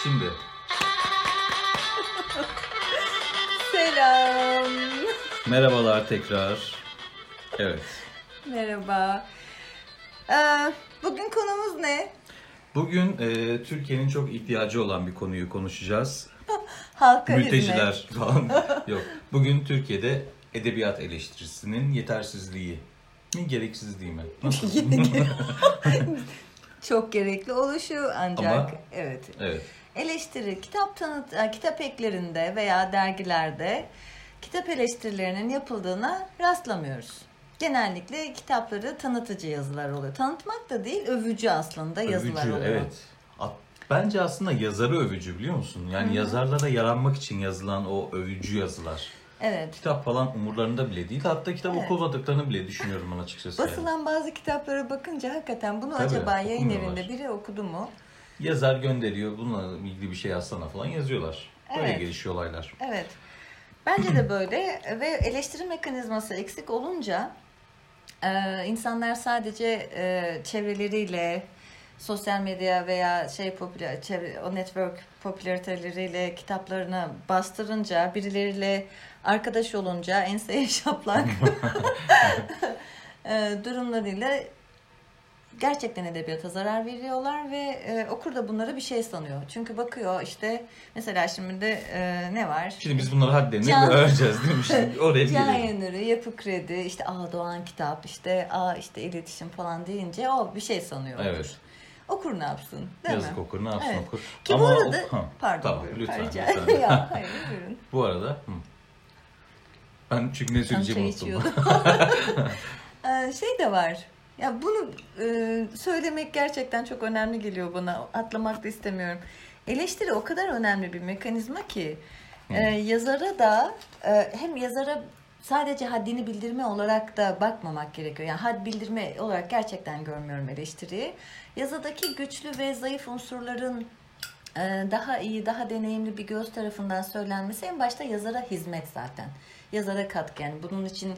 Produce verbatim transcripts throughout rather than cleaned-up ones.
Şimdi. Selam. Merhabalar tekrar. Evet. Merhaba. Ee, bugün konumuz ne? Bugün e, Türkiye'nin çok ihtiyacı olan bir konuyu konuşacağız. Halka Mülteciler hizmet. falan. Yok. Bugün Türkiye'de edebiyat eleştirisinin yetersizliği mi, gereksizliği mi? Nasıl? Çok gerekli oluşu ancak Ama- evet. Evet. Eleştiri kitap tanıt e, kitap eklerinde veya dergilerde kitap eleştirilerinin yapıldığına rastlamıyoruz. Genellikle kitapları tanıtıcı yazılar oluyor. Tanıtmak da değil, övücü aslında yazılar Övücü, oluyor. evet. A- Bence aslında yazarı övücü, biliyor musun? Yani Hı-hı. yazarlara yaranmak için yazılan o övücü yazılar. Evet. Kitap falan umurlarında bile değil. Hatta kitap Evet. okumadıklarını bile düşünüyorum ben açıkçası. yani. Basılan bazı kitaplara bakınca hakikaten bunu Tabii, acaba yayın okumuyorlar. evinde biri okudu mu? Yazar gönderiyor, bununla ilgili bir şey yazsana falan yazıyorlar. Böyle Evet. gelişiyor olaylar. Evet. Bence de böyle ve eleştiri mekanizması eksik olunca e, insanlar sadece e, çevreleriyle, sosyal medya veya şey popüler çevre, o network popülariteleriyle kitaplarını bastırınca, birileriyle arkadaş olunca enseye şaplak e, durumlarıyla gerçekten edebiyata zarar veriyorlar ve e, okur da bunları bir şey sanıyor. Çünkü bakıyor işte mesela şimdi de e, ne var? Şimdi biz bunları hadlerini Can- öğreneceğiz değil mi? Şimdi oraya bir Can girelim. Yayınları, Yapı Kredi, işte A Doğan Kitap, işte A işte iletişim falan deyince o bir şey sanıyor. Okur. Evet. Okur ne yapsın? Değil Yazık mi? okur, ne yapsın Evet. okur. Ki Ama bu arada o- ha, pardon tamam, buyurun. lütfen, Rica lütfen. ederim. Ya hayır buyurun. Bu arada hı. ben çünkü ne Tam çay söyleyeceğimi unuttum. içiyordum. Ee, şey de var. Ya bunu e, söylemek gerçekten çok önemli geliyor bana. Atlamak da istemiyorum. Eleştiri o kadar önemli bir mekanizma ki e, yazara da e, hem yazara sadece haddini bildirme olarak da bakmamak gerekiyor. Yani had bildirme olarak gerçekten görmüyorum eleştiriyi. Yazıdaki güçlü ve zayıf unsurların e, daha iyi, daha deneyimli bir göz tarafından söylenmesi en başta yazara hizmet zaten. Yazara katkı yani bunun için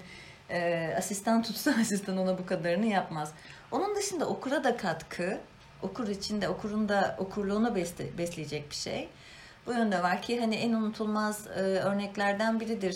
e, asistan tutsa asistan ona bu kadarını yapmaz. Onun dışında okura da katkı, okur için de okurun da okurluğunu besle, besleyecek bir şey. Bu yönde var ki hani en unutulmaz e, örneklerden biridir.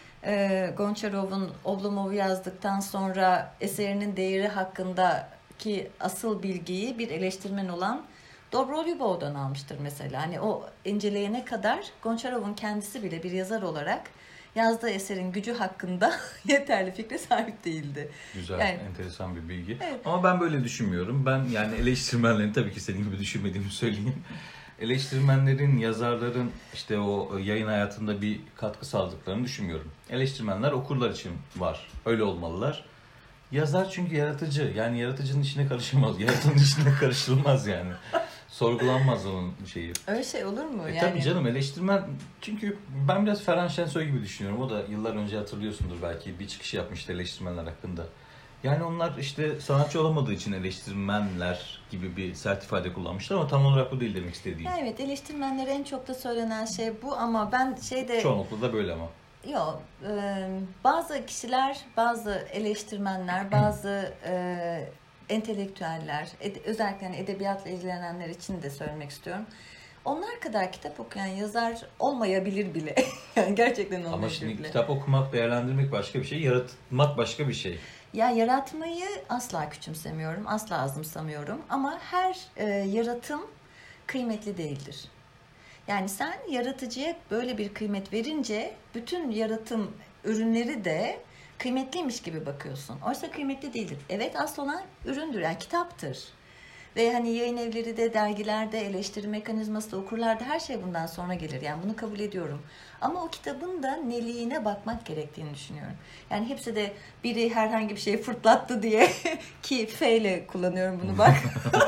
E, Gonçarov'un Oblomov'u yazdıktan sonra eserinin değeri hakkındaki asıl bilgiyi bir eleştirmen olan Dobrolюbov'dan almıştır mesela. Hani o inceleyene kadar Gonçarov'un kendisi bile bir yazar olarak yazdığı eserin gücü hakkında yeterli fikre sahip değildi. Güzel, Yani- enteresan bir bilgi. Evet. Ama ben böyle düşünmüyorum. Ben yani eleştirmenlerin tabii ki senin gibi düşünmediğimi söyleyeyim. Eleştirmenlerin, yazarların işte o yayın hayatında bir katkı sağladıklarını düşünmüyorum. Eleştirmenler okurlar için var. Öyle olmalılar. Yazar çünkü yaratıcı. Yani yaratıcının içine karışılmaz. Yaratıcının içine karışılmaz yani. Sorgulanmaz onun şeyi. Öyle şey olur mu? E yani tabii canım, eleştirmen, çünkü ben biraz Ferhan Şensoy gibi düşünüyorum. O da yıllar önce hatırlıyorsundur belki, bir çıkış yapmıştı eleştirmenler hakkında. Yani onlar işte sanatçı olamadığı için eleştirmenler gibi bir sertifade kullanmışlar ama tam olarak bu değil demek istediğim. Ya evet, eleştirmenlere en çok da söylenen şey bu ama ben şeyde Çoğunlukla da böyle ama. yok e, bazı kişiler, bazı eleştirmenler, bazı e, entelektüeller, ed- özellikle hani edebiyatla ilgilenenler için de söylemek istiyorum. Onlar kadar kitap okuyan yazar olmayabilir bile. Yani gerçekten olmayabilir Ama şimdi bile. kitap okumak, değerlendirmek başka bir şey, yaratmak başka bir şey. Ya yaratmayı asla küçümsemiyorum, asla azımsamıyorum ama her e, yaratım kıymetli değildir. Yani sen yaratıcıya böyle bir kıymet verince bütün yaratım ürünleri de kıymetliymiş gibi bakıyorsun. Oysa kıymetli değildir. Evet, asıl olan üründür, yani kitaptır. Ve hani yayın evleri de, dergilerde, eleştiri mekanizması da, okurlarda her şey bundan sonra gelir. Yani bunu kabul ediyorum. Ama o kitabın da neliğine bakmak gerektiğini düşünüyorum. Yani hepsi de biri herhangi bir şey fırtlattı diye ki F ile kullanıyorum bunu bak.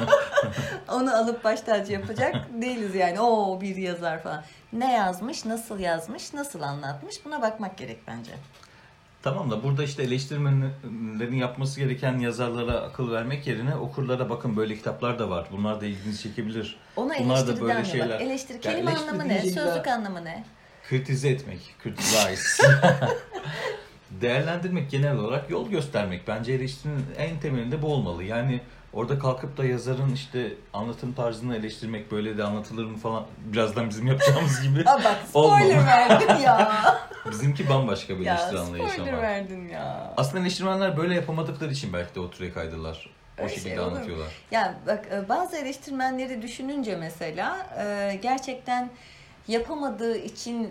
Onu alıp baş tacı yapacak değiliz yani. O bir yazar falan. Ne yazmış, nasıl yazmış, nasıl anlatmış, buna bakmak gerek bence. Tamam da burada işte eleştirmenlerin yapması gereken yazarlara akıl vermek yerine okurlara bakın böyle kitaplar da var. Bunlar da ilginizi çekebilir. Ona Bunlar da eleştiri böyle denmiyor. şeyler. Bak, eleştiri Ya kelime eleştiri anlamı ne? deyince Sözlük illa anlamı ne? Kritize etmek, criticize. Değerlendirmek genel olarak yol göstermek. Bence eleştirinin en temelinde bu olmalı. Yani Orada kalkıp da yazarın işte anlatım tarzını eleştirmek, böyle de anlatılır mı falan, birazdan bizim yapacağımız gibi. Aa bak spoiler verdin ya. Bizimki bambaşka bir eleştiri anlayışı ama. Spoiler verdin ya. Aslında eleştirmenler böyle yapamadıkları için belki de o türe kaydılar. O Öyle şekilde şey olur. anlatıyorlar. Ya bak bazı eleştirmenleri düşününce mesela gerçekten yapamadığı için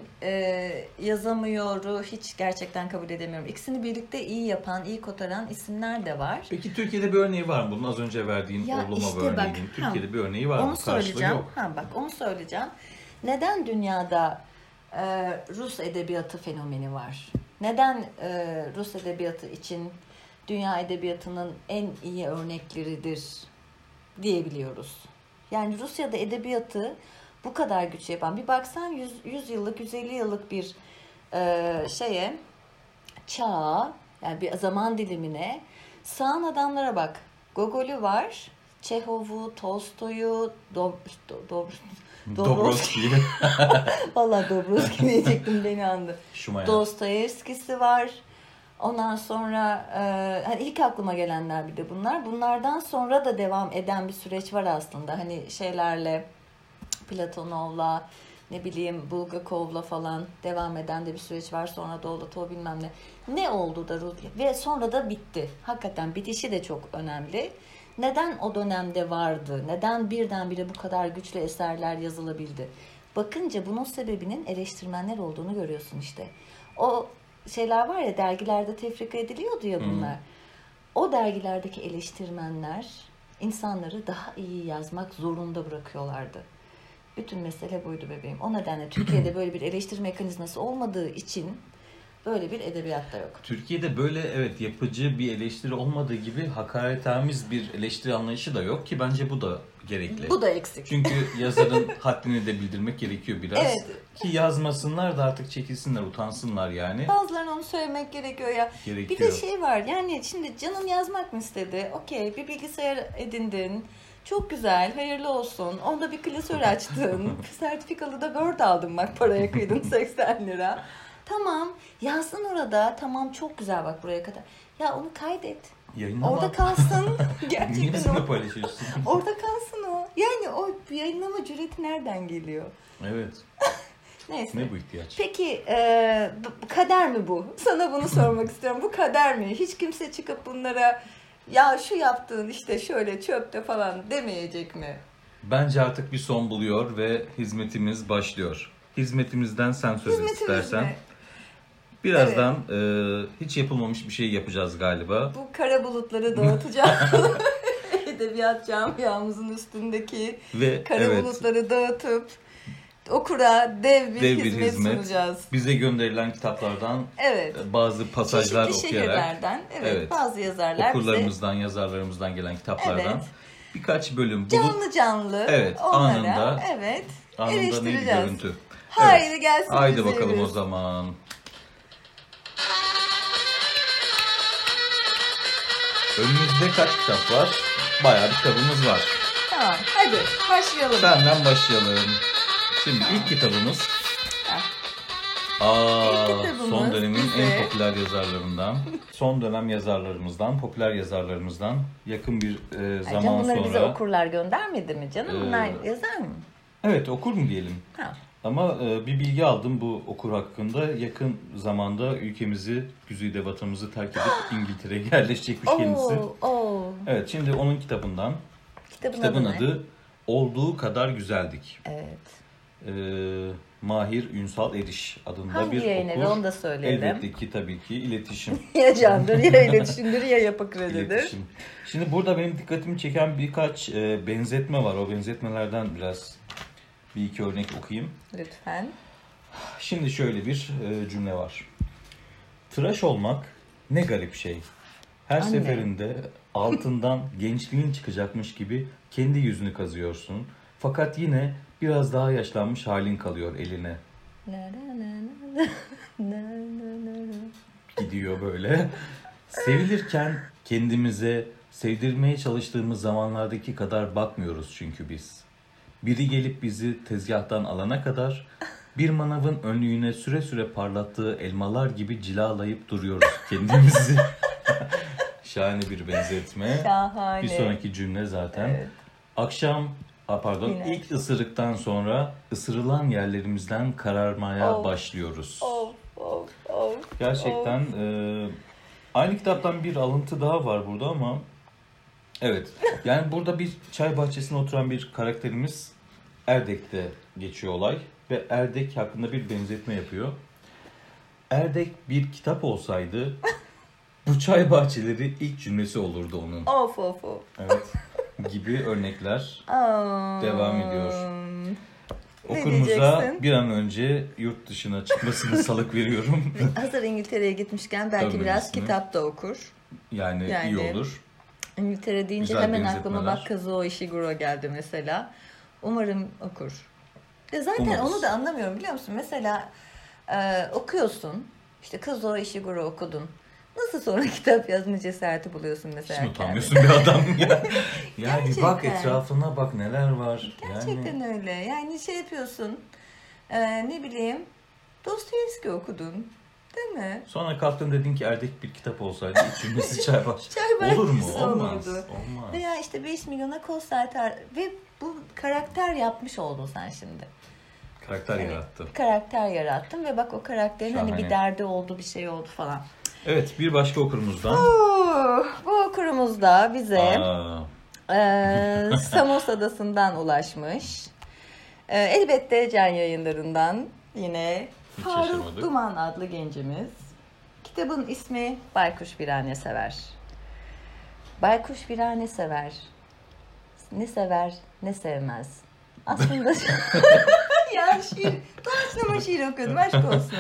yazamıyor, hiç gerçekten kabul edemiyorum. İkisini birlikte iyi yapan, iyi kotaran isimler de var. Peki Türkiye'de bir örneği var mı? Bunun az önce verdiğin ya Orlama işte örneğinin. bak, Türkiye'de ha, bir örneği var mı? Onu söyleyeceğim. Yok. Ha, bak onu söyleyeceğim. Neden dünyada e, Rus edebiyatı fenomeni var? Neden e, Rus edebiyatı için dünya edebiyatının en iyi örnekleridir diyebiliyoruz? Yani Rusya'da edebiyatı bu kadar güç yapan, bir baksan yüz yıllık, yüz elli yıllık bir e, şeye, çağa, yani bir zaman dilimine sığan adamlara bak. Gogol'ü var, Çehov'u, Tolstoy'u, Dob Dob Dob Dobrovski'yi. Vallahi Dobrovski diyecektim, beni andı. Şumaya. Dostoyevski'si var. Ondan sonra e, hani ilk aklıma gelenler bir de bunlar. Bunlardan sonra da devam eden bir süreç var aslında. Hani şeylerle, Platonov'la, ne bileyim Bulgakov'la falan devam eden de bir süreç var. Sonra Dolgotov bilmem ne. Ne oldu da ve sonra da bitti. Hakikaten bitişi de çok önemli. Neden o dönemde vardı? Neden birdenbire bu kadar güçlü eserler yazılabildi? Bakınca bunun sebebinin eleştirmenler olduğunu görüyorsun işte. O şeyler var ya, dergilerde tefrika ediliyordu ya bunlar. Hmm. O dergilerdeki eleştirmenler insanları daha iyi yazmak zorunda bırakıyorlardı. Bütün mesele buydu bebeğim. O nedenle Türkiye'de böyle bir eleştiri mekanizması olmadığı için böyle bir edebiyat da yok. Türkiye'de böyle evet yapıcı bir eleştiri olmadığı gibi hakaretamiz bir eleştiri anlayışı da yok ki bence bu da gerekli. Bu da eksik. Çünkü yazarın haddini de bildirmek gerekiyor biraz. Evet. Ki yazmasınlar da artık çekinsinler, utansınlar yani. Bazılarına onu söylemek gerekiyor ya. Gerekiyor. Bir de şey var yani, şimdi canın yazmak mı istedi? Okey, bir bilgisayar edindin. Çok güzel, hayırlı olsun. Onda bir klasör açtın. Sertifikalı da Word aldın, bak paraya kıydın seksen lira. Tamam, yazdın orada. Tamam, çok güzel, bak buraya kadar. Ya onu kaydet. Yayınlama. Orada kalsın. Gerçekten o. paylaşıyorsun? Orada kalsın o. Yani o yayınlama cüreti nereden geliyor? Evet. Neyse. Ne bu ihtiyaç? Peki e, kader mi bu? Sana bunu sormak istiyorum. Bu kader mi? Hiç kimse çıkıp bunlara ya şu yaptığın işte şöyle çöpte falan demeyecek mi? Bence artık bir son buluyor ve hizmetimiz başlıyor. Hizmetimizden sen söz et istersen. Mi? Birazdan evet. e, hiç yapılmamış bir şey yapacağız galiba. Bu kara bulutları dağıtacağız. Edebiyat camiamızın üstündeki ve kara evet. bulutları dağıtıp okura dev bir, dev bir hizmet, hizmet sunacağız. Bize gönderilen kitaplardan evet. bazı pasajlar çeşitli okuyarak. şehirlerden, evet, evet. bazı yazarlar okurlarımızdan, bize... yazarlarımızdan gelen kitaplardan evet. birkaç bölüm bulup canlı canlı evet, onlara anında, evet, anında ne bir görüntü. Haydi evet. gelsin. Haydi bakalım evimiz. O zaman. Önümüzde kaç kitap var? Bayağı bir kitabımız var. Tamam, hadi başlayalım. Senden başlayalım. Şimdi ilk kitabımız, Aa, ilk kitabımız son dönemin bize... en popüler yazarlarından, son dönem yazarlarımızdan, popüler yazarlarımızdan yakın bir e, zaman sonra. Bunları bize okurlar göndermedi mi canım? Bunlar e, yazar mı? Evet, okur mu diyelim? Ha. Ama e, bir bilgi aldım bu okur hakkında. Yakın zamanda ülkemizi, güzide vatanımızı terk edip İngiltere'ye yerleşecekmiş kendisi. Oo, oo. Evet, şimdi onun kitabından. Kitabın, Kitabın adı, adı Olduğu Kadar Güzeldik. Evet. Ee, Mahir Ünsal Eriş adında hangi bir yayın okur. Evi, onu da söyleyelim. Elbette ki tabii ki iletişim. Ya candır, ya iletişimdir, ya yapı kredidir. İletişim. Şimdi burada benim dikkatimi çeken birkaç e, benzetme var. O benzetmelerden biraz bir iki örnek okuyayım. Lütfen. Şimdi şöyle bir e, cümle var. Tıraş olmak ne garip şey. Her Anne. seferinde altından gençliğin çıkacakmış gibi kendi yüzünü kazıyorsun. Fakat yine biraz daha yaşlanmış halin kalıyor eline. Gidiyor böyle. Sevilirken kendimize sevdirmeye çalıştığımız zamanlardaki kadar bakmıyoruz çünkü biz. Biri gelip bizi tezgahtan alana kadar bir manavın önlüğüne süre süre parlattığı elmalar gibi cilalayıp duruyoruz kendimizi. Şahane bir benzetme. Şahane. Bir sonraki cümle zaten. Evet. Akşam, a pardon, Yine. ilk ısırıktan sonra ısırılan yerlerimizden kararmaya Of. başlıyoruz. Of of of. Gerçekten of. e, aynı kitaptan bir alıntı daha var burada ama evet. Yani burada bir çay bahçesine oturan bir karakterimiz Erdek'te geçiyor olay ve Erdek hakkında bir benzetme yapıyor. Erdek bir kitap olsaydı bu çay bahçeleri ilk cümlesi olurdu onun. Of of of. Evet. Gibi örnekler Aa, devam ediyor. Ne Okurumuza diyeceksin? bir an önce yurt dışına çıkmasını salık veriyorum. Hazır İngiltere'ye gitmişken belki Tabii biraz öylesine. kitap da okur. Yani, Yani- iyi olur. İngiltere deyince Güzel hemen benzetmeler. aklıma bak Kazuo Ishiguro geldi mesela. Umarım okur. De zaten Umarız. onu da anlamıyorum biliyor musun? Mesela e, okuyorsun. İşte Kazuo Ishiguro okudun. Nasıl sonra kitap yazma cesareti buluyorsun mesela? Hiç mi kendine? utanmıyorsun bir adam ya? Ya bir bak Gerçekten. etrafına bak neler var. Gerçekten Yani öyle. Yani şey yapıyorsun. e, ne bileyim. Dostoyevski okudun. Değil mi? sonra kalktın dedin ki Erdek bir kitap olsaydı ilk cümlesi çay bahçesi. Çay Olur mu? bahçesi Olmaz. olurdu. Olmaz. Veya işte beş milyona kol saati ve bu karakter yapmış oldun sen şimdi. Karakter Evet. yarattı. Karakter yarattın ve bak o karakterin hani Şahane. bir derdi oldu, bir şey oldu falan. Evet, bir başka okurumuzdan. Oh, bu okurumuz da bize Aa, e, Samos Adası'ndan ulaşmış. E, elbette Can Yayınları'ndan yine Hiç Faruk şaşırmadık. Duman adlı gencimiz. Kitabın ismi Baykuş Birane Sever. Baykuş Birane sever. Ne sever, ne sevmez. Aslında ya şiir, doğaçlama şiir okudum, aşk olsun.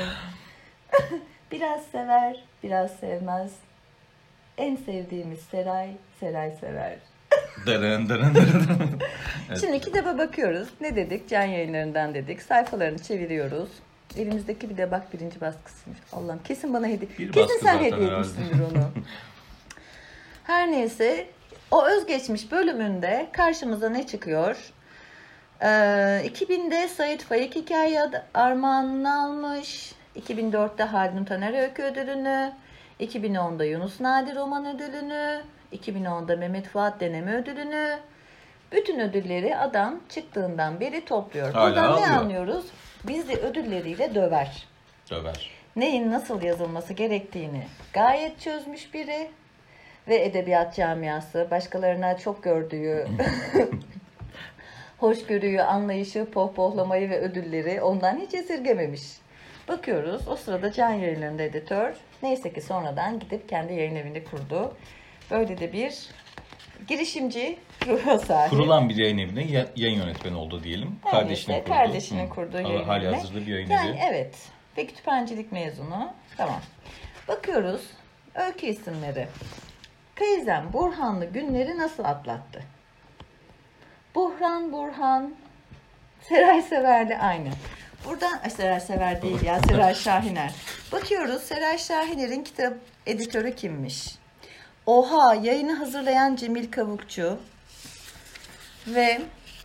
Biraz sever, biraz sevmez. En sevdiğimiz Seray, Seray sever. dırın dırın dırın. Evet. Şimdi kitaba bakıyoruz. Ne dedik? Can Yayınları'ndan dedik. Sayfalarını çeviriyoruz. Elimizdeki bir de bak birinci baskısıymış. Allah'ım kesin bana hediye. Bir Kesin baskı sen zaten hediye herhalde. etmişsindir onu. Her neyse o özgeçmiş bölümünde karşımıza ne çıkıyor? Ee, iki binde Sait Faik hikaye adı- armağanını almış. iki bin dörtte Haldun Taner Öykü Ödülünü. iki bin onda Yunus Nadi Roman Ödülünü. iki bin onda Mehmet Fuat Deneme Ödülünü. Bütün ödülleri adam çıktığından beri topluyor. Hala Buradan ne alıyor. anlıyoruz? Bizi ödülleriyle döver. Döver. Neyin nasıl yazılması gerektiğini gayet çözmüş biri ve edebiyat camiası başkalarına çok gördüğü hoşgörüyü, anlayışı, pohpohlamayı ve ödülleri ondan hiç esirgememiş. Bakıyoruz o sırada Can Yayınları'nda editör neyse ki sonradan gidip kendi yayın evini kurdu. Böyle de bir girişimci ruha sahip. Kurulan bir yayın evine ya- yayın yönetmeni oldu diyelim. Her Kardeşinin neyse, kurduğu. kardeşinin Hı. kurduğu Ama yayın hali evi. hazırda bir yayın Yani evi. evet. Ve kütüphanecilik mezunu. Tamam. Bakıyoruz. Öykü isimleri. Kayızem Burhanlı günleri nasıl atlattı? Buhran Burhan. Seray Sever'le aynı. Buradan ay Seray Sever değil ya, Seray Şahiner. Bakıyoruz Seray Şahiner'in kitap editörü kimmiş? Oha, yayını hazırlayan Cemil Kavukçu ve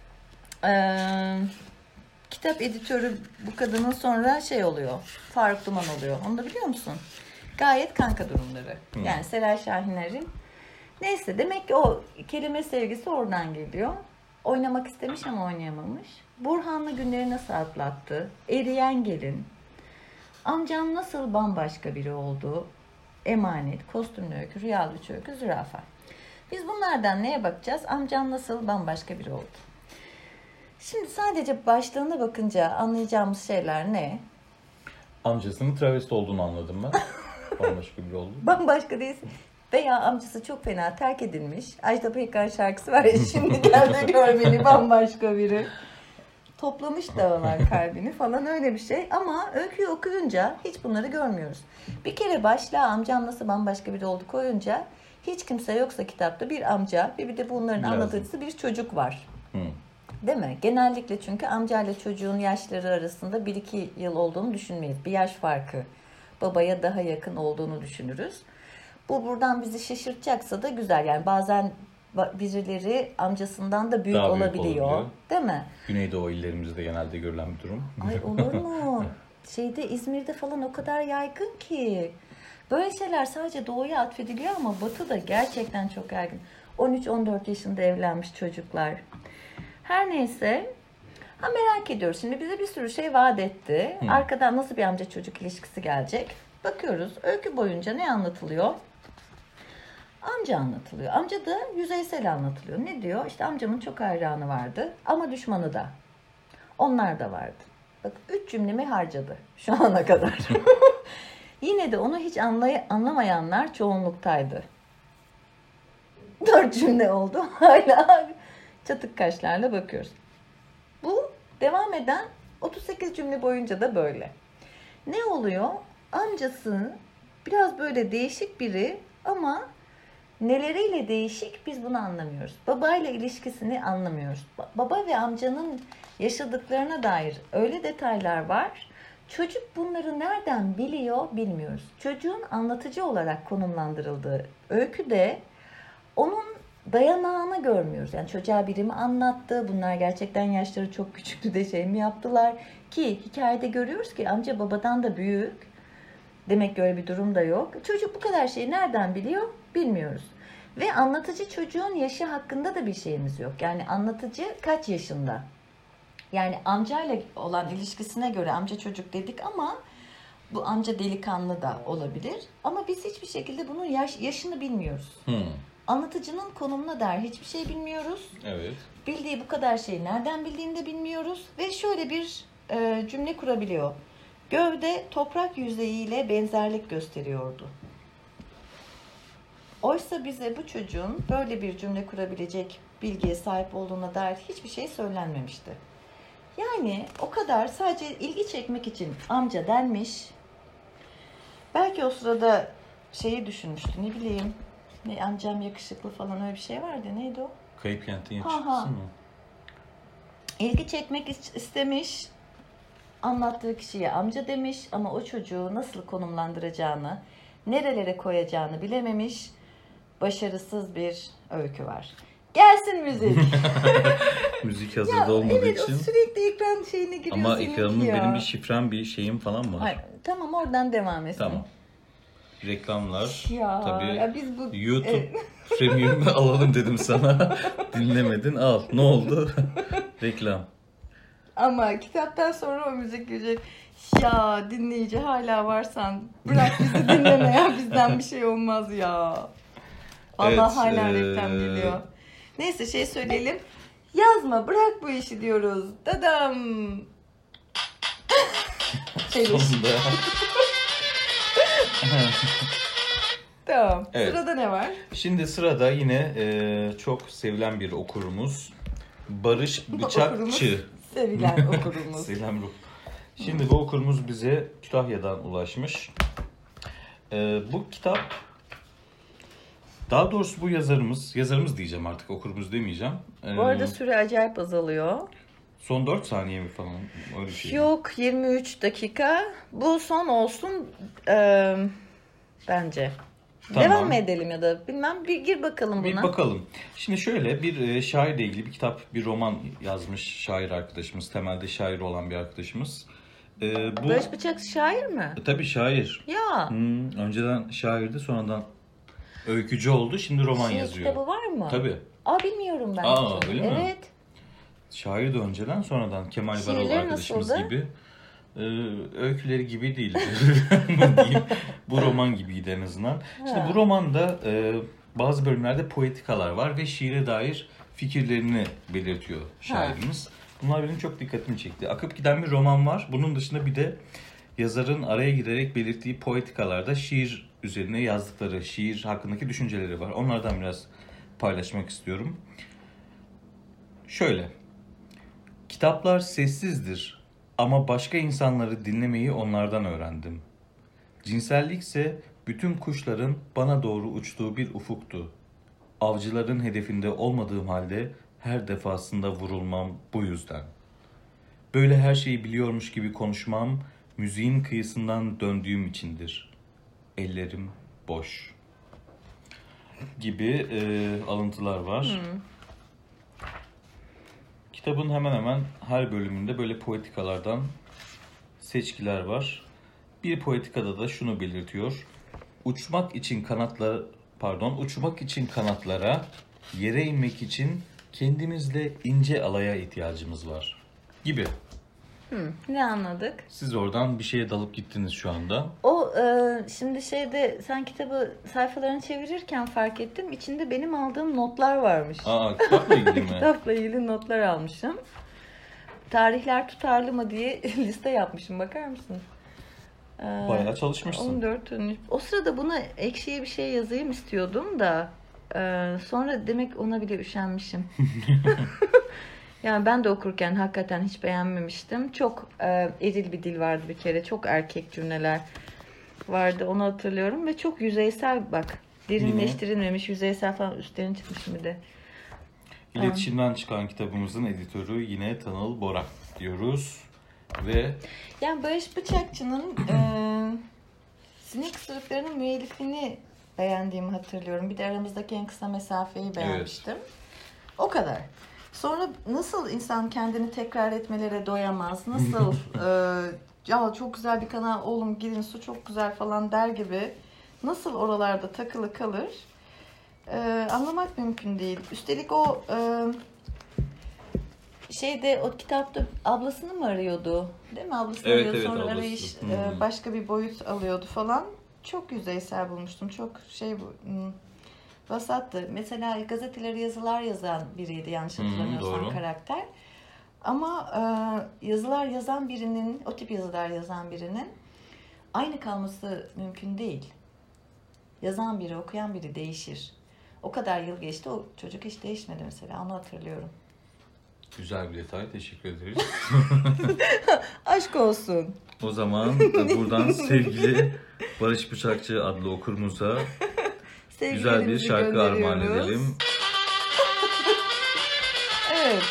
eee, kitap editörü bu kadının sonra şey oluyor, Faruk Duman oluyor. Onu da biliyor musun? Gayet kanka durumları. Hmm. Yani Seray Şahiner'in. Neyse demek ki o kelime sevgisi oradan geliyor. Oynamak istemiş ama oynayamamış. Burhanlı günleri nasıl atlattı? Eriyen gelin. Amcam nasıl bambaşka biri oldu? Emanet, kostümlü öykü, rüyalı üç öykü, zürafa. Biz bunlardan neye bakacağız? Amcam nasıl bambaşka biri oldu? Şimdi sadece başlığına bakınca anlayacağımız şeyler ne? Amcasının travesti olduğunu anladım ben. Bambaşka biri oldu. Bambaşka değilsin. Veya amcası çok fena terk edilmiş. Ajda Pekkan şarkısı var ya, şimdi gel de gör beni bambaşka biri. Toplamış dağılan kalbini falan, öyle bir şey. Ama öyküyü okuyunca hiç bunları görmüyoruz. Bir kere başlığa amcam nasıl bambaşka biri oldu koyunca hiç kimse yoksa kitapta bir amca bir de bunların Lazım. anlatıcısı bir çocuk var. Hı. Değil mi? Genellikle çünkü amcayla çocuğun yaşları arasında bir iki yıl olduğunu düşünmeyiz. Bir yaş farkı. Babaya daha yakın olduğunu düşünürüz. Bu buradan bizi şaşırtacaksa da güzel. Yani bazen birileri amcasından da büyük, Daha büyük olabiliyor. olabiliyor. Değil mi? Güneydoğu illerimizde genelde görülen bir durum. Ay olur mu? Şeyde İzmir'de falan o kadar yaygın ki. Böyle şeyler sadece doğuya atfediliyor ama batı da gerçekten çok yaygın. on üç on dört yaşında evlenmiş çocuklar. Her neyse. Ha merak ediyoruz. Şimdi bize bir sürü şey vaat etti. Hı. Arkadan nasıl bir amca çocuk ilişkisi gelecek? Bakıyoruz. Öykü boyunca ne anlatılıyor? Amca anlatılıyor. Amca da yüzeysel anlatılıyor. Ne diyor? İşte amcamın çok hayranı vardı ama düşmanı da. Onlar da vardı. Bak üç cümlemi harcadı şu ana kadar. Yine de onu hiç anlay- anlamayanlar çoğunluktaydı. Dört cümle oldu. Hala çatık kaşlarla bakıyoruz. Bu devam eden otuz sekiz cümle boyunca da böyle. Ne oluyor? Amcası biraz böyle değişik biri ama neleriyle değişik biz bunu anlamıyoruz. Babayla ilişkisini anlamıyoruz. Baba ve amcanın yaşadıklarına dair öyle detaylar var. Çocuk bunları nereden biliyor bilmiyoruz. Çocuğun anlatıcı olarak konumlandırıldığı öyküde onun dayanağını görmüyoruz. Yani çocuğa biri mi anlattı? Bunlar gerçekten yaşları çok küçüktü de şey mi yaptılar? Ki hikayede görüyoruz ki amca babadan da büyük. Demek ki öyle bir durum da yok. Çocuk bu kadar şeyi nereden biliyor? Bilmiyoruz. Ve anlatıcı çocuğun yaşı hakkında da bir şeyimiz yok. Yani anlatıcı kaç yaşında? Yani amcayla olan ilişkisine göre amca çocuk dedik ama bu amca delikanlı da olabilir. Ama biz hiçbir şekilde bunun yaş, yaşını bilmiyoruz. Hmm. Anlatıcının konumuna dair hiçbir şey bilmiyoruz. Evet. Bildiği bu kadar şeyi nereden bildiğini de bilmiyoruz. Ve şöyle bir e, cümle kurabiliyor. Gövde toprak yüzeyiyle benzerlik gösteriyordu. Oysa bize bu çocuğun böyle bir cümle kurabilecek bilgiye sahip olduğuna dair hiçbir şey söylenmemişti. Yani o kadar sadece ilgi çekmek için amca denmiş. Belki o sırada şeyi düşünmüştü, ne bileyim. Ne amcam yakışıklı falan öyle bir şey vardı. Neydi o? Kayıp Kent'in yakışıklısı mı? İlgi çekmek istemiş. Anlattığı kişiye amca demiş ama o çocuğu nasıl konumlandıracağını, nerelere koyacağını bilememiş. Başarısız bir öykü var. Gelsin müzik. Müzik hazırda olmadığı evet, için. Evet, sürekli ekran şeyine giriyorsun. Ama ekranımın benim bir şifrem, bir şeyim falan var. Hayır, tamam oradan devam etsin. Tamam. Reklamlar. Ya, tabii ya biz bu YouTube evet. Premium'u alalım dedim sana. Dinlemedin, al. Ne oldu? Reklam. Ama kitaptan sonra o müzik girecek. Ya dinleyici hala varsan bırak bizi dinleme ya, bizden bir şey olmaz ya. Allah evet, hala ee... reklam geliyor. Neyse şey söyleyelim. Yazma bırak bu işi diyoruz. Dadam. Sonunda. Tamam. Evet. Sırada ne var? Şimdi sırada yine e, çok sevilen bir okurumuz. Barış Bıçakçı. Sevilen okurumuz. Sevilen ruh. Şimdi bu okurumuz bize Kütahya'dan ulaşmış. Ee, bu kitap, daha doğrusu bu yazarımız, yazarımız diyeceğim artık, okurumuz demeyeceğim. Ee, bu arada süre acayip azalıyor. Son dört saniye mi falan? Öyle bir şey. Yok, yirmi üç dakika. Bu son olsun e, bence. Tamam. Devam mı edelim ya da bilmem, bir gir bakalım buna. Bir bakalım. Şimdi şöyle bir şairle ilgili bir kitap, bir roman yazmış şair arkadaşımız. Temelde şair olan bir arkadaşımız. Ee, bu... Barış Bıçakçı şair mi? E, tabii şair. Ya. Hmm, önceden şairdi, sonradan öykücü oldu. Şimdi roman şey, yazıyor. Kitabı var mı? Tabii. Aa bilmiyorum ben. Aa öyle mi? Evet. Şair de önceden, sonradan Kemal Varol arkadaşımız nasıldı? Gibi. Ee, öyküleri gibi değil. diyeyim. Bu roman gibiydi en azından. Ha. Şimdi bu romanda e, bazı bölümlerde poetikalar var ve şiire dair fikirlerini belirtiyor şairimiz. Ha. Bunlar benim çok dikkatimi çekti. Akıp giden bir roman var. Bunun dışında bir de yazarın araya girerek belirttiği poetikalarda şiir üzerine yazdıkları, şiir hakkındaki düşünceleri var. Onlardan biraz paylaşmak istiyorum. Şöyle. Kitaplar sessizdir ama başka insanları dinlemeyi onlardan öğrendim. Cinsellikse bütün kuşların bana doğru uçtuğu bir ufuktu. Avcıların hedefinde olmadığım halde her defasında vurulmam bu yüzden. Böyle her şeyi biliyormuş gibi konuşmam, müziğin kıyısından döndüğüm içindir. Ellerim boş. Gibi e, alıntılar var. Hmm. Kitabın hemen hemen her bölümünde böyle poetikalardan seçkiler var. Bir poetikada da şunu belirtiyor. Uçmak için kanatlar, pardon, uçmak için kanatlara, yere inmek için kendimizle ince alaya ihtiyacımız var gibi. Hı, ne anladık? Siz oradan bir şeye dalıp gittiniz şu anda. O e, şimdi şeyde sen kitabı sayfalarını çevirirken fark ettim. İçinde benim aldığım notlar varmış. Aa, kitapla ilgili mi? Kitapla ilgili notlar almışım. Tarihler tutarlı mı diye liste yapmışım. Bakar mısın? Ee, Bayağı çalışmışsın. on dört on üç O sırada buna ekşiye bir şey yazayım istiyordum da e, sonra demek ona bile üşenmişim. Yani ben de okurken hakikaten hiç beğenmemiştim. Çok e, eril bir dil vardı bir kere. Çok erkek cümleler vardı. Onu hatırlıyorum ve çok yüzeysel bak. Derinleştirilmemiş, yüzeysel falan üstlerine çıkmış bir de. İletişimden çıkan kitabımızın editörü yine Tanıl Bora diyoruz. Ve yani Barış Bıçakçı'nın e, Sinek Isırıkları'nın müellifini beğendiğimi hatırlıyorum. Bir de aramızdaki en kısa mesafeyi beğenmiştim. Evet. O kadar. Sonra nasıl insan kendini tekrar etmelere doyamaz, nasıl e, ya çok güzel bir kanal oğlum gidin su çok güzel falan der gibi nasıl oralarda takılı kalır e, anlamak mümkün değil. Üstelik o e, şeyde o kitapta ablasını mı arıyordu değil mi? Ablasını evet, arıyordu evet, sonra ablası. arayış e, başka bir boyut alıyordu falan. Çok yüzeysel bulmuştum. Çok şey bu... Hmm. Vasattı. Mesela gazeteleri yazılar yazan biriydi yanlış hatırlamıyorsam hmm, karakter. Ama e, yazılar yazan birinin, o tip yazılar yazan birinin aynı kalması mümkün değil. Yazan biri, okuyan biri değişir. O kadar yıl geçti, o çocuk hiç değişmedi mesela, onu hatırlıyorum. Güzel bir detay, teşekkür ederiz. Aşk olsun. O zaman buradan sevgili Barış Bıçakçı adlı okurumuza güzel bir şarkı armağan edelim. Evet.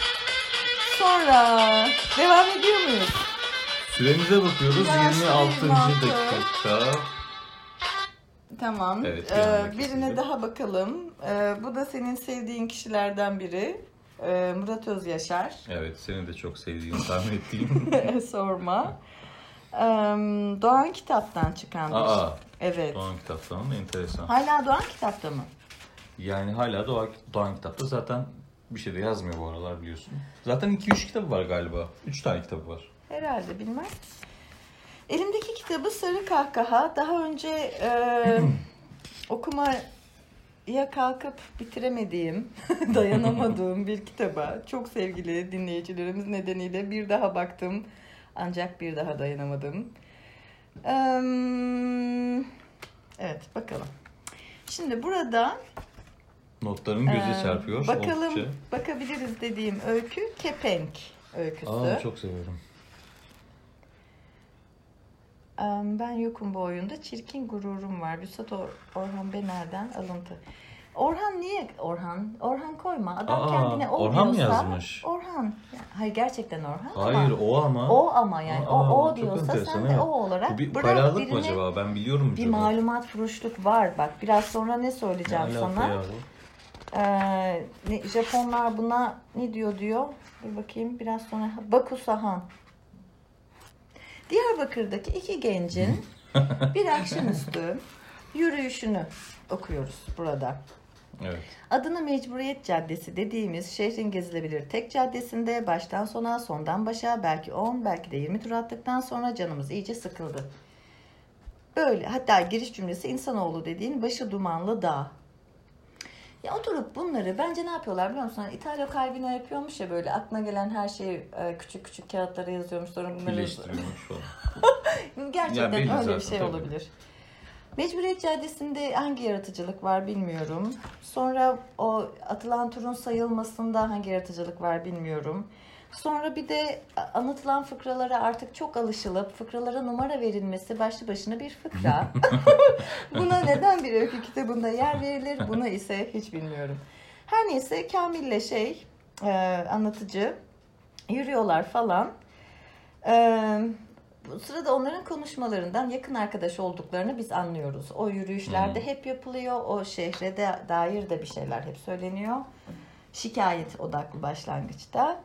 Sonra devam ediyor muyuz? Süremize bakıyoruz. yirmi altıncı dakika. Tamam. Evet, ee, birine daha bakalım. Ee, bu da senin sevdiğin kişilerden biri. Ee, Murat Özyaşar. Evet, seni de çok sevdiğimi tahmin ettiğim. Sorma. Ee, Doğan Kitap'tan çıkan bir Aa, şey. Evet. Doğan Kitap'tan enteresan. Hala Doğan Kitap'ta mı? Yani hala Doğan, Doğan Kitap'ta zaten bir şey de yazmıyor bu aralar biliyorsun. Zaten iki üç kitabı var galiba. üç tane kitabı var. Herhalde bilmem. Elimdeki kitabı Sarı Kahkaha. Daha önce e, okumaya kalkıp bitiremediğim, dayanamadığım bir kitaba çok sevgili dinleyicilerimiz nedeniyle bir daha baktım. Ancak bir daha dayanamadım. Ee, evet bakalım. Şimdi burada notların göze e, çarpıyor. Bakalım oldukça. Bakabiliriz dediğim öykü Kepenk öyküsü. Aa, çok seviyorum. Ben yokum bu oyunda. Çirkin gururum var. Vüsat Or- Orhan Bener'den alıntı. Orhan niye Orhan? Orhan koyma. Adam Aa, kendine o Orhan diyorsa. mı yazmış? Orhan. Hayır gerçekten Orhan Hayır ama. o ama. O ama yani. Aa, o o diyorsa sen de evet. o olarak. Bu bir bırak ukalalık birine, mı acaba? Ben biliyorum. Bir malumat furuşluk var. Bak biraz sonra ne söyleyeceğim ne sana. Ee, ne, Japonlar buna ne diyor diyor. Bir bakayım biraz sonra. Bakusahan. Diyarbakır'daki iki gencin bir akşamüstü yürüyüşünü okuyoruz burada. Evet. Adını Mecburiyet Caddesi dediğimiz şehrin gezilebilir tek caddesinde baştan sona, sondan başa belki on, belki de yirmi tur attıktan sonra canımız iyice sıkıldı. Böyle hatta giriş cümlesi insanoğlu dediğin başı dumanlı dağ. Ya oturup bunları bence ne yapıyorlar biliyor musun? İtalya Calvino yapıyormuş ya böyle aklına gelen her şeyi küçük küçük kağıtlara yazıyormuş sonra bunları... Birleştiriyormuş falan. Gerçekten öyle zaten, bir şey tabii. Olabilir. Mecburiyet Caddesi'nde hangi yaratıcılık var bilmiyorum. Sonra o atılan turun sayılmasında hangi yaratıcılık var bilmiyorum. Sonra bir de anlatılan fıkralara artık çok alışılıp fıkralara numara verilmesi başlı başına bir fıkra. Buna neden bir öykü kitabında yer verilir? Buna ise hiç bilmiyorum. Her neyse Kamil'le şey e, anlatıcı yürüyorlar falan. E, bu sırada onların konuşmalarından yakın arkadaş olduklarını biz anlıyoruz. O yürüyüşlerde hmm. hep yapılıyor. O şehre de dair de bir şeyler hep söyleniyor. Şikayet odaklı başlangıçta.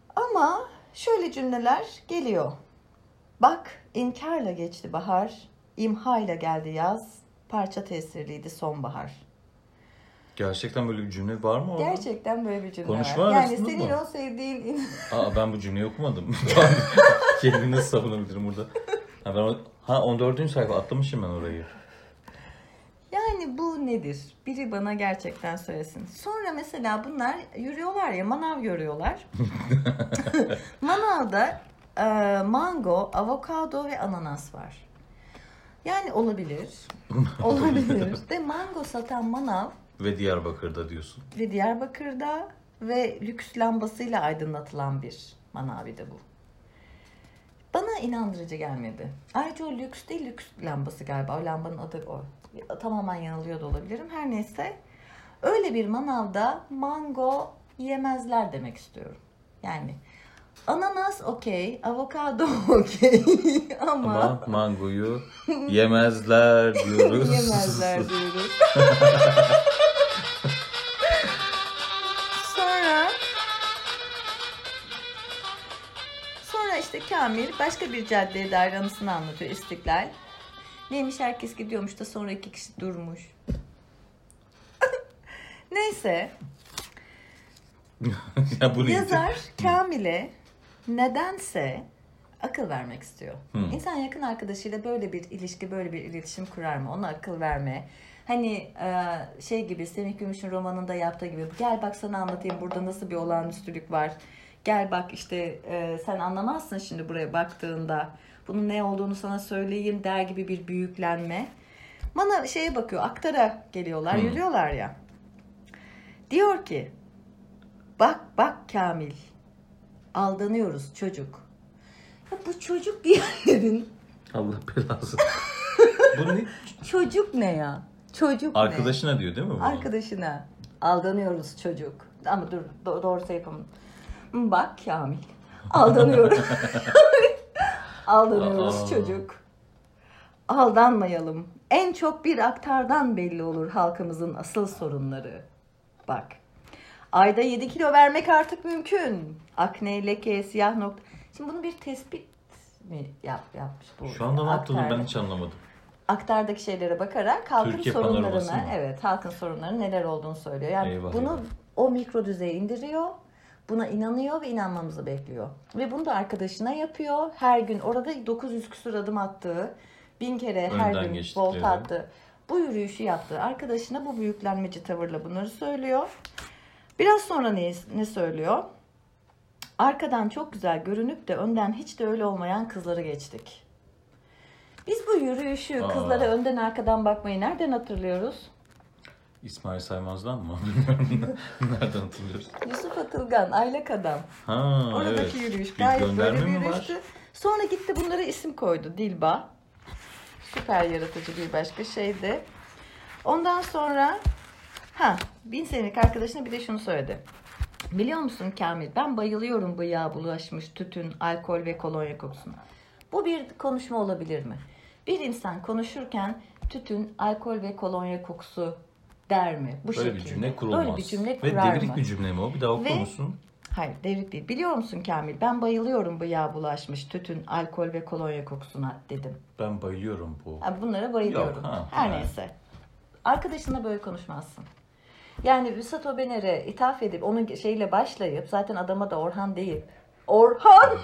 Ama şöyle cümleler geliyor. Bak inkarla geçti bahar, İmha ile geldi yaz, parça tesirliydi sonbahar. Gerçekten böyle bir cümle var mı orada? Gerçekten böyle bir cümle Konuşma var. Yani arasında senin mı? o sevdiğin... Aa, ben bu cümleyi okumadım. Kendimi nasıl savunabilirim burada? Ha, ben o... ha on dördüncü sayfa atlamışım ben orayı. Yani bu nedir? Biri bana gerçekten söylesin. Sonra mesela bunlar yürüyorlar ya, manav görüyorlar. Manavda e, mango, avokado ve ananas var. Yani olabilir. Olabilir. Ve mango satan manav Ve Diyarbakır'da diyorsun. ve Diyarbakır'da ve lüks lambasıyla aydınlatılan bir manav bir de bu. Bana inandırıcı gelmedi. Ayrıca o lüks değil, lüks lambası galiba. O lambanın adı o. Tamamen yanılıyor da olabilirim. Her neyse. Öyle bir manavda mango yemezler demek istiyorum. Yani ananas okey, avokado okey ama, Ama mangoyu yemezler diyoruz. yemezler diyoruz. Sonra Sonra işte Kamil başka bir caddeye dair anısını anlatıyor, İstiklal. Neymiş, herkes gidiyormuş da sonra iki kişi durmuş. Neyse. Ya bu neydi? Yazar Kamil'e nedense akıl vermek istiyor. Hmm. İnsan yakın arkadaşıyla böyle bir ilişki, böyle bir iletişim kurar mı? Ona akıl verme. Hani şey gibi, Semih Gümüş'ün romanında yaptığı gibi, gel bak sana anlatayım burada nasıl bir olağanüstülük var. Gel bak işte sen anlamazsın şimdi buraya baktığında. Bunun ne olduğunu sana söyleyeyim der gibi bir büyüklenme. Bana şeye bakıyor, aktara geliyorlar, hmm. yürüyorlar ya. Diyor ki, bak bak Kamil, aldanıyoruz çocuk. Ya bu çocuk diyenlerin... Allah belası. Bu ne? Çocuk ne ya? Çocuk Arkadaşına ne? diyor değil mi bunu? Arkadaşına. Aldanıyoruz çocuk. Ama dur do- doğrusu yapalım. Bak Kamil, aldanıyoruz. Aldanıyoruz Aa. çocuk. Aldanmayalım. En çok bir aktardan belli olur halkımızın asıl sorunları. Bak. Ayda yedi kilo vermek artık mümkün. Akne, leke, siyah nokta. Şimdi bunu bir tespit mi yap, yapmış bu? Şu anda ne yaptığını Aktarda. ben hiç anlamadım. Aktardaki şeylere bakarak halkın Türkiye sorunlarını, evet, halkın sorunlarının neler olduğunu söylüyor. Yani Eyvah, bunu eyvah. o mikro düzeye indiriyor. Buna inanıyor ve inanmamızı bekliyor. Ve bunu da arkadaşına yapıyor. Her gün orada dokuz yüz küsur adım attığı, bin kere Önden her gün geçtikleri. volta attığı, bu yürüyüşü yaptığı arkadaşına bu büyüklenmeci tavırla bunları söylüyor. Biraz sonra ne, ne söylüyor? Arkadan çok güzel görünüp de önden hiç de öyle olmayan kızları geçtik. Biz bu yürüyüşü, Aa. kızlara önden arkadan bakmayı nereden hatırlıyoruz? İsmail Saymaz'dan mı? Bilmiyorum. Nereden hatırlıyoruz? Yusuf Atılgan, Aylak Adam. Ha, Oradaki evet. yürüyüş Bir gayet böyle gönderme bir mi var? yürüyüştü. Sonra gitti bunlara isim koydu. Dilba. Süper yaratıcı bir başka şeydi. Ondan sonra ha bin senelik arkadaşına bir de şunu söyledi. Biliyor musun Kamil, ben bayılıyorum bıyığa bulaşmış tütün, alkol ve kolonya kokusuna. Bu bir konuşma olabilir mi? Bir insan konuşurken tütün, alkol ve kolonya kokusu der mi? Bu Böyle şekilde. bir cümle kurulmaz. Böyle bir cümle Ve kurar devrik mı? bir cümle mi o? Bir daha okur Ve- musun? Hayır, devrik değil. Biliyor musun Kamil, ben bayılıyorum bıyığa bulaşmış tütün, alkol ve kolonya kokusuna dedim. Ben bayılıyorum bu. Abi bunlara bayılıyorum. Yok, ha, Her ha. neyse. Arkadaşına böyle konuşmazsın. Yani Vüsat Obener'e ithaf edip onun şeyle başlayıp zaten adama da Orhan deyip Orhan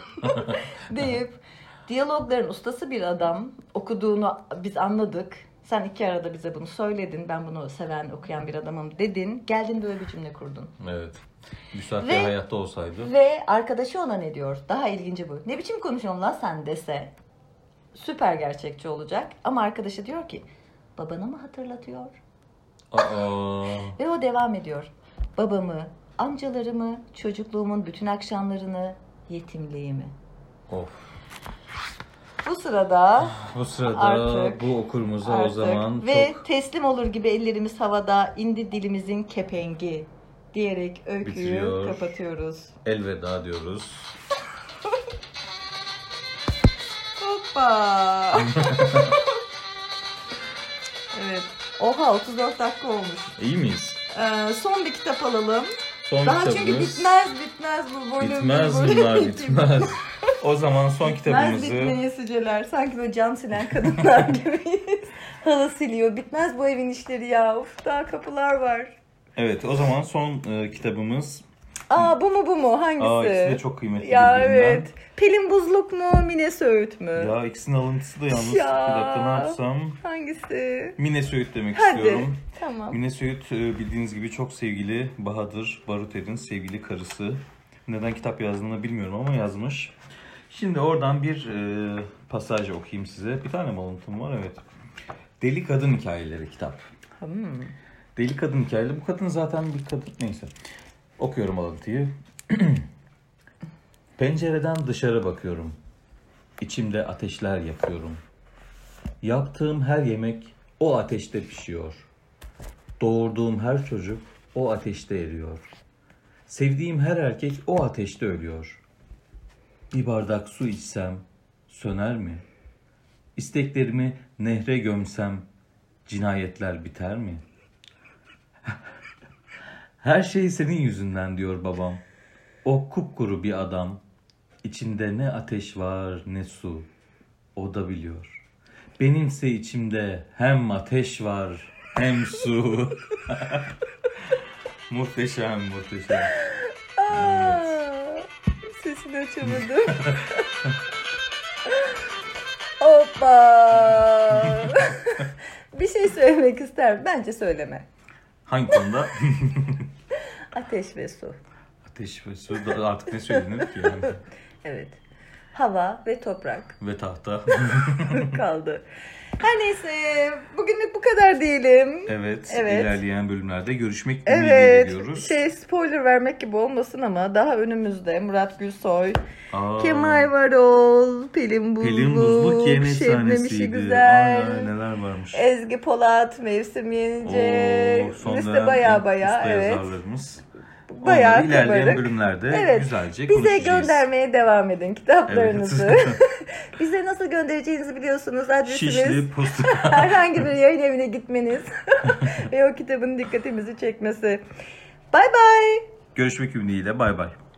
deyip diyalogların ustası bir adam, okuduğunu biz anladık. Sen iki arada bize bunu söyledin. Ben bunu seven, okuyan bir adamım dedin. Geldin böyle bir cümle kurdun. Evet. Müsaade Ve- hayatta olsaydı. Ve arkadaşı ona ne diyor? Daha ilginci bu. Ne biçim konuşuyorsun lan sen dese süper gerçekçi olacak. Ama arkadaşı diyor ki babanı mı hatırlatıyor? Aa. Ve o devam ediyor. Babamı, amcalarımı, çocukluğumun bütün akşamlarını, yetimliğimi. Of. Bu sırada Bu sırada Artık- bu okurumuza o artık zaman ve çok teslim olur gibi ellerimiz havada, indi dilimizin kepengi diyerek öyküyü Bitiriyor. kapatıyoruz. elveda diyoruz. Hoppa. Evet. Oha otuz dört dakika olmuş. İyi miyiz? Ee, son bir kitap alalım. Son Daha çünkü kitabımız. bitmez bitmez bu bölüm. Bitmez bu bölüm bunlar iki. bitmez. O zaman son kitabımızı... Bitmez bitmeyen süceler. Sanki böyle cam silen kadınlar gibiyiz. Halı siliyor. Bitmez bu evin işleri ya. Uf, daha kapılar var. Evet, o zaman son e, kitabımız... Aa bu mu bu mu? Hangisi? Aa ikisi de çok kıymetli ya birbirinden. Evet. Pelin Buzluk mu? Mine Söğüt mü? Ya ikisinin alıntısı da yalnız. Ya. Bir dakika ne yapsam? Hangisi? Mine Söğüt demek Hadi. istiyorum. Tamam. Mine Söğüt bildiğiniz gibi çok sevgili Bahadır Baruter'in sevgili karısı. Neden kitap yazdığını bilmiyorum ama yazmış. Şimdi oradan bir e, pasaj okuyayım size. Bir tane mi alıntım var? Evet. Deli Kadın Hikayeleri kitap. Hmm. Deli Kadın Hikayeleri. Bu kadın zaten bir kadın. Neyse. Okuyorum alıntıyı. Pencereden dışarı bakıyorum. İçimde ateşler yakıyorum. Yaptığım her yemek o ateşte pişiyor. Doğurduğum her çocuk o ateşte eriyor. Sevdiğim her erkek o ateşte ölüyor. Bir bardak su içsem söner mi? İsteklerimi nehre gömsem cinayetler biter mi? Her şey senin yüzünden diyor babam. O kupkuru bir adam. İçinde ne ateş var ne su. O da biliyor. Benimse içimde hem ateş var hem su. Muhteşem, muhteşem. Aa, sesini açamadım. Hoppa. Bir şey söylemek ister. Bence söyleme. Hangi konuda? Ateş ve su. Ateş ve su da artık ne söylenir ki yani? Evet. Hava ve toprak. Ve tahta. Kaldı. Her neyse. Bugünlük bu kadar diyelim. Evet, Evet. ilerleyen bölümlerde görüşmek ümidiyle Evet. diyoruz. Şey spoiler vermek gibi olmasın ama daha önümüzde Murat Gülsoy, Aa, Kemal Varol, Pelin Buzluk, Pelin Buzluk yeni Şebnem efsanesiydi. İşigüzel, Ay, ay, neler varmış. Ezgi Polat, Mevsim Yenice. Oo, son Liste dönem baya baya usta evet. yazarlarımız. Bayağı Onları ilerleyen kabarık. bölümlerde Evet. güzelce Bize konuşacağız. göndermeye devam edin kitaplarınızı. Evet. Bize nasıl göndereceğinizi biliyorsunuz. Adresimiz Şişli posta. herhangi bir yayın evine gitmeniz ve o kitabın dikkatimizi çekmesi. Bay bay. Görüşmek ümidiyle bay bay.